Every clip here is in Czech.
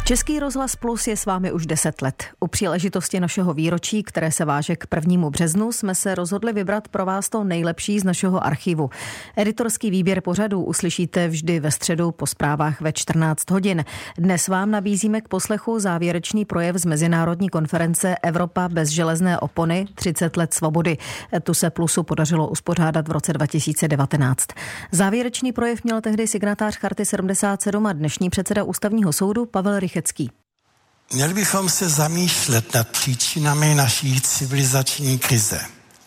Český rozhlas Plus je s vámi už 10 let. U příležitosti našeho výročí, které se váže k 1. březnu, jsme se rozhodli vybrat pro vás to nejlepší z našeho archivu. Editorský výběr pořadů uslyšíte vždy ve středu po zprávách ve 14 hodin. Dnes vám nabízíme k poslechu závěrečný projev z mezinárodní konference Evropa bez železné opony 30 let svobody. Tu se Plusu podařilo uspořádat v roce 2019. Závěrečný projev měl tehdy signatář Charty 77 a dnešní předseda Ústavního soudu Pavel Rychecký. Měli bychom se zamýšlet nad příčinami naší civilizační krize.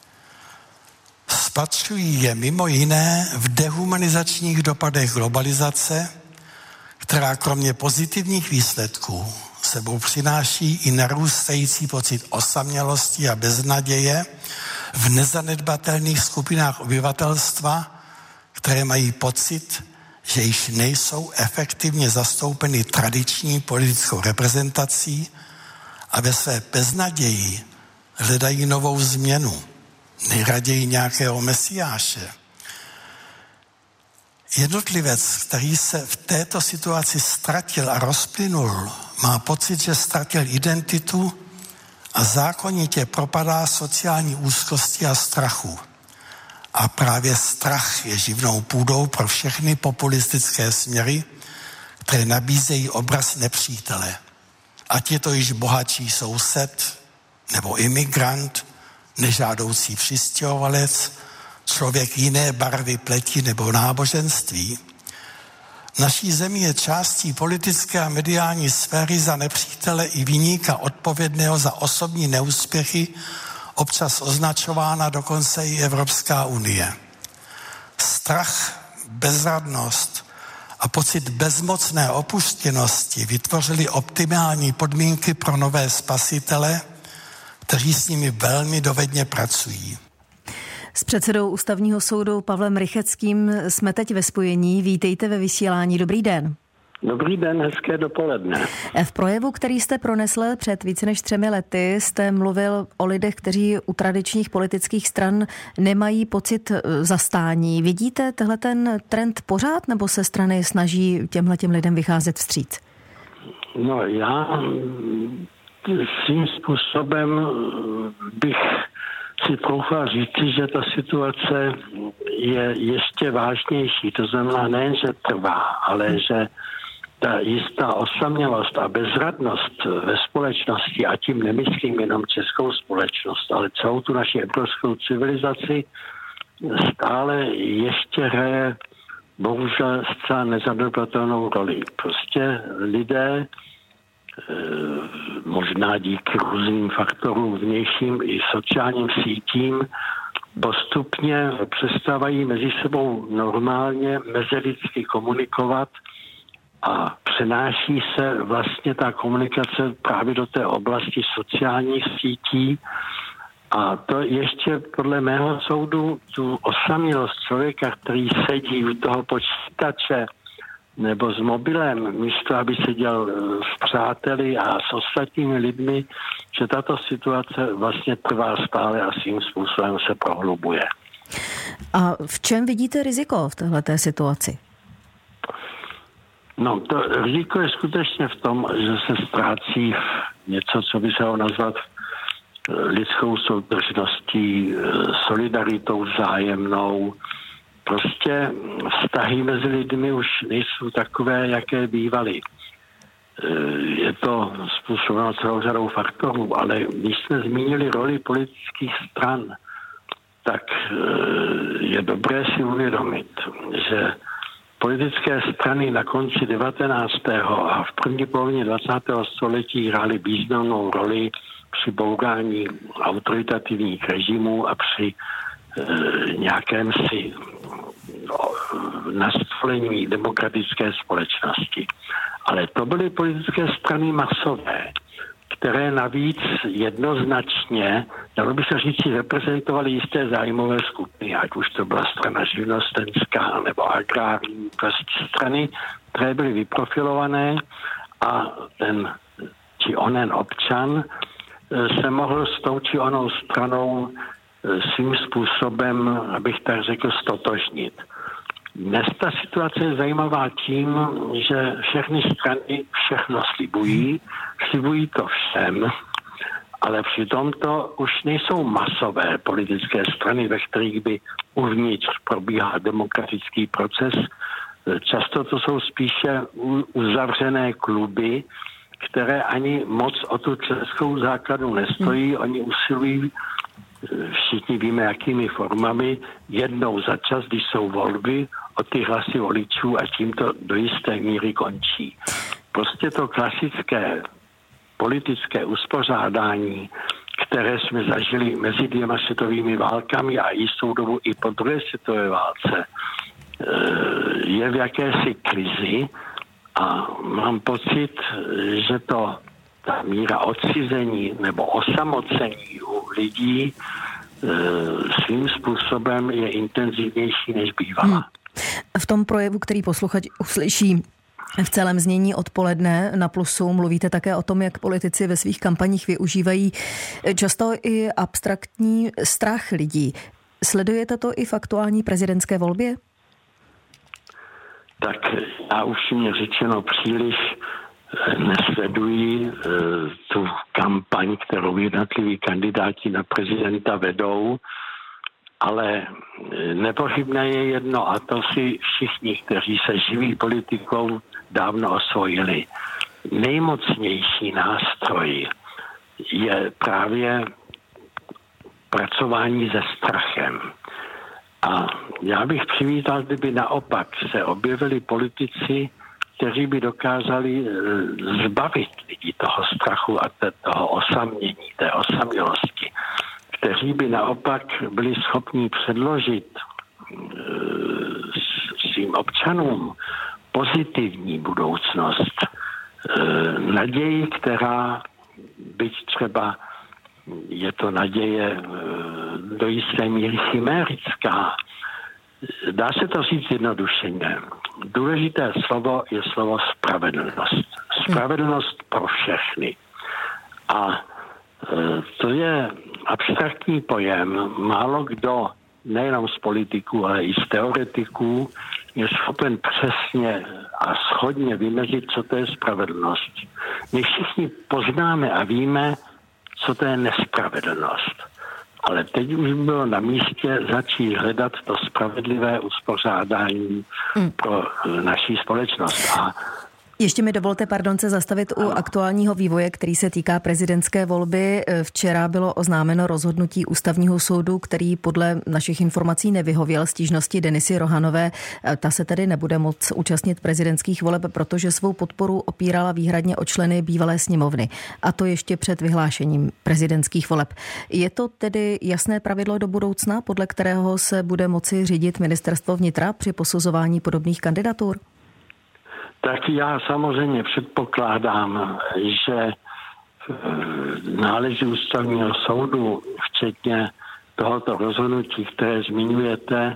Spatřují je mimo jiné v dehumanizačních dopadech globalizace, která kromě pozitivních výsledků sebou přináší i narůstající pocit osamělosti a beznaděje v nezanedbatelných skupinách obyvatelstva, které mají pocit, že již nejsou efektivně zastoupeny tradiční politickou reprezentací a ve své beznaději hledají novou změnu, nejraději nějakého mesiáše. Jednotlivec, který se v této situaci ztratil a rozplynul, má pocit, že ztratil identitu a zákonitě propadá sociální úzkosti a strachu. A právě strach je živnou půdou pro všechny populistické směry, které nabízejí obraz nepřítele. Ať je to již bohatší soused, nebo imigrant, nežádoucí přistěhovalec, člověk jiné barvy pleti nebo náboženství. Naší zemi je částí politické a mediální sféry za nepřítele i viníka odpovědného za osobní neúspěchy, občas označována dokonce i Evropská unie. Strach, bezradnost a pocit bezmocné opuštěnosti vytvořili optimální podmínky pro nové spasitele, kteří s nimi velmi dovedně pracují. S předsedou Ústavního soudu Pavlem Rycheckým jsme teď ve spojení. Vítejte ve vysílání. Dobrý den. Dobrý den, hezké dopoledne. V projevu, který jste pronesl před více než 3 lety, jste mluvil o lidech, kteří u tradičních politických stran nemají pocit zastání. Vidíte tenhle ten trend pořád, nebo se strany snaží těmhletěm lidem vycházet vstříc? No, já svým způsobem bych si troufal říci, že ta situace je ještě vážnější. To znamená nejen, že trvá, ale že ta jistá osamělost a bezradnost ve společnosti, a tím nemyslím jenom českou společnost, ale celou tu naši evropskou civilizaci, stále ještě hraje bohužel zcela nezanedbatelnou roli. Prostě lidé, možná díky různým faktorům vnějším i sociálním sítím, postupně přestávají mezi sebou normálně mezilidsky komunikovat a přenáší se vlastně ta komunikace právě do té oblasti sociálních sítí. A to ještě podle mého soudu tu osamělost člověka, který sedí u toho počítače nebo s mobilem, místo aby seděl s přáteli a s ostatními lidmi, že tato situace vlastně trvá stále a svým způsobem se prohlubuje. A v čem vidíte riziko v téhleté situaci? No, to riziko je skutečně v tom, že se ztrácí něco, co by se dalo nazvat lidskou soudržností, solidaritou vzájemnou. Prostě vztahy mezi lidmi už nejsou takové, jaké bývaly. Je to způsobeno celou řadou faktorů, ale když jsme zmínili roli politických stran, tak je dobré si uvědomit, že politické strany na konci 19. a v první polovině 20. století hrály významnou roli při bourání autoritativních režimů a při nějakém si nastolení demokratické společnosti. Ale to byly politické strany masové, které navíc jednoznačně, dalo by se říct, reprezentovaly jisté zájmové skupiny, ať už to byla strana živnostenská nebo agrární, prostě strany, které byly vyprofilované a ten či onen občan se mohl s tou či onou stranou svým způsobem, abych tak řekl, stotožnit. Dnes ta situace je zajímavá tím, že všechny strany všechno slibují to všem, ale přitom to už nejsou masové politické strany, ve kterých by uvnitř probíhá demokratický proces. Často to jsou spíše uzavřené kluby, které ani moc o tu členskou základu nestojí. Oni usilují, všichni víme, jakými formami, jednou za čas, když jsou volby, o ty hlasy voličů a tím to do jisté míry končí. Prostě to klasické politické uspořádání, které jsme zažili mezi 2 světovými válkami a jistou dobu i po 2. světové válce, je v jakési krizi a mám pocit, že ta míra odcizení nebo osamocení u lidí svým způsobem je intenzivnější než bývala. V tom projevu, který posluchač uslyší v celém znění odpoledne na Plusu, mluvíte také o tom, jak politici ve svých kampaních využívají často i abstraktní strach lidí. Sledujete to i v aktuální prezidentské volbě? Tak já upřímně řečeno příliš nesleduji tu kampaň, kterou jednotliví kandidáti na prezidenta vedou, ale nepochybné je jedno, a to si všichni, kteří se živí politikou, dávno osvojili. Nejmocnější nástroj je právě pracování se strachem. A já bych přivítal, kdyby naopak se objevili politici, kteří by dokázali zbavit lidi toho strachu a toho osamění, té osamělosti, kteří by naopak byli schopni předložit svým občanům pozitivní budoucnost, naději, která byť třeba je to naděje do jisté míry chimérická. Dá se to říct jednodušeně. Důležité slovo je slovo spravedlnost. Spravedlnost pro všechny. A to je abstraktní pojem. Málo kdo, nejenom z politiků, ale i z teoretiků, je schopen přesně a shodně vymezit, co to je spravedlnost. My všichni poznáme a víme, co to je nespravedlnost. Ale teď už bylo na místě začít hledat to spravedlivé uspořádání pro naší společnost. A ještě mi dovolte, se zastavit u aktuálního vývoje, který se týká prezidentské volby. Včera bylo oznámeno rozhodnutí Ústavního soudu, který podle našich informací nevyhověl stížnosti Denisy Rohanové. Ta se tedy nebude moct účastnit prezidentských voleb, protože svou podporu opírala výhradně o členy bývalé sněmovny. A to ještě před vyhlášením prezidentských voleb. Je to tedy jasné pravidlo do budoucna, podle kterého se bude moci řídit ministerstvo vnitra při posuzování podobných kandidatur? Tak já samozřejmě předpokládám, že nálezy Ústavního soudu, včetně tohoto rozhodnutí, které zmiňujete,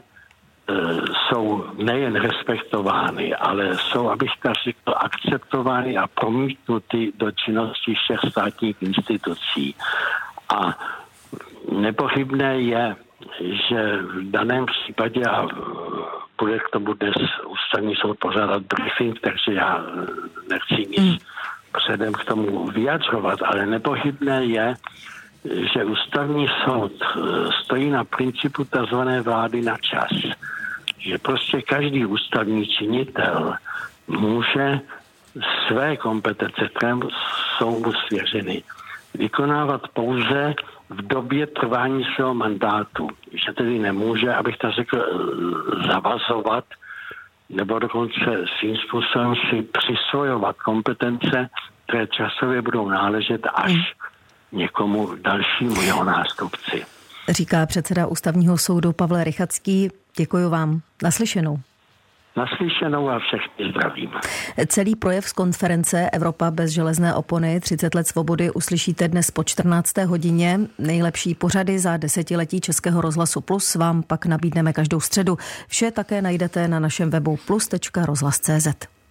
jsou nejen respektovány, ale jsou, abych tak řekl, akceptovány a promítnuty do činnosti všech státních institucí. A nepochybné je, že v daném případě, a bude k tomu dnes Ústavní soud pořádat briefing, takže já nechci nic předem k tomu vyjadřovat, ale nepochybné je, že Ústavní soud stojí na principu tzv. Vlády na čas. Že prostě každý ústavní činitel může své kompetence, které jsou mu svěřeny, vykonávat pouze v době trvání svého mandátu. Že tedy nemůže, abych tak řekl, zavazovat nebo dokonce svým způsobem si přisvojovat kompetence, které časově budou náležet až někomu dalšímu jeho nástupci. Říká předseda Ústavního soudu Pavel Rychatský. Děkuji vám. Naslyšenou. Naslyšenou a všechny zdravím. Celý projev z konference Evropa bez železné opony 30 let svobody uslyšíte dnes po 14. hodině. Nejlepší pořady za desetiletí Českého rozhlasu Plus vám pak nabídneme každou středu. Vše také najdete na našem webu plus.rozhlas.cz.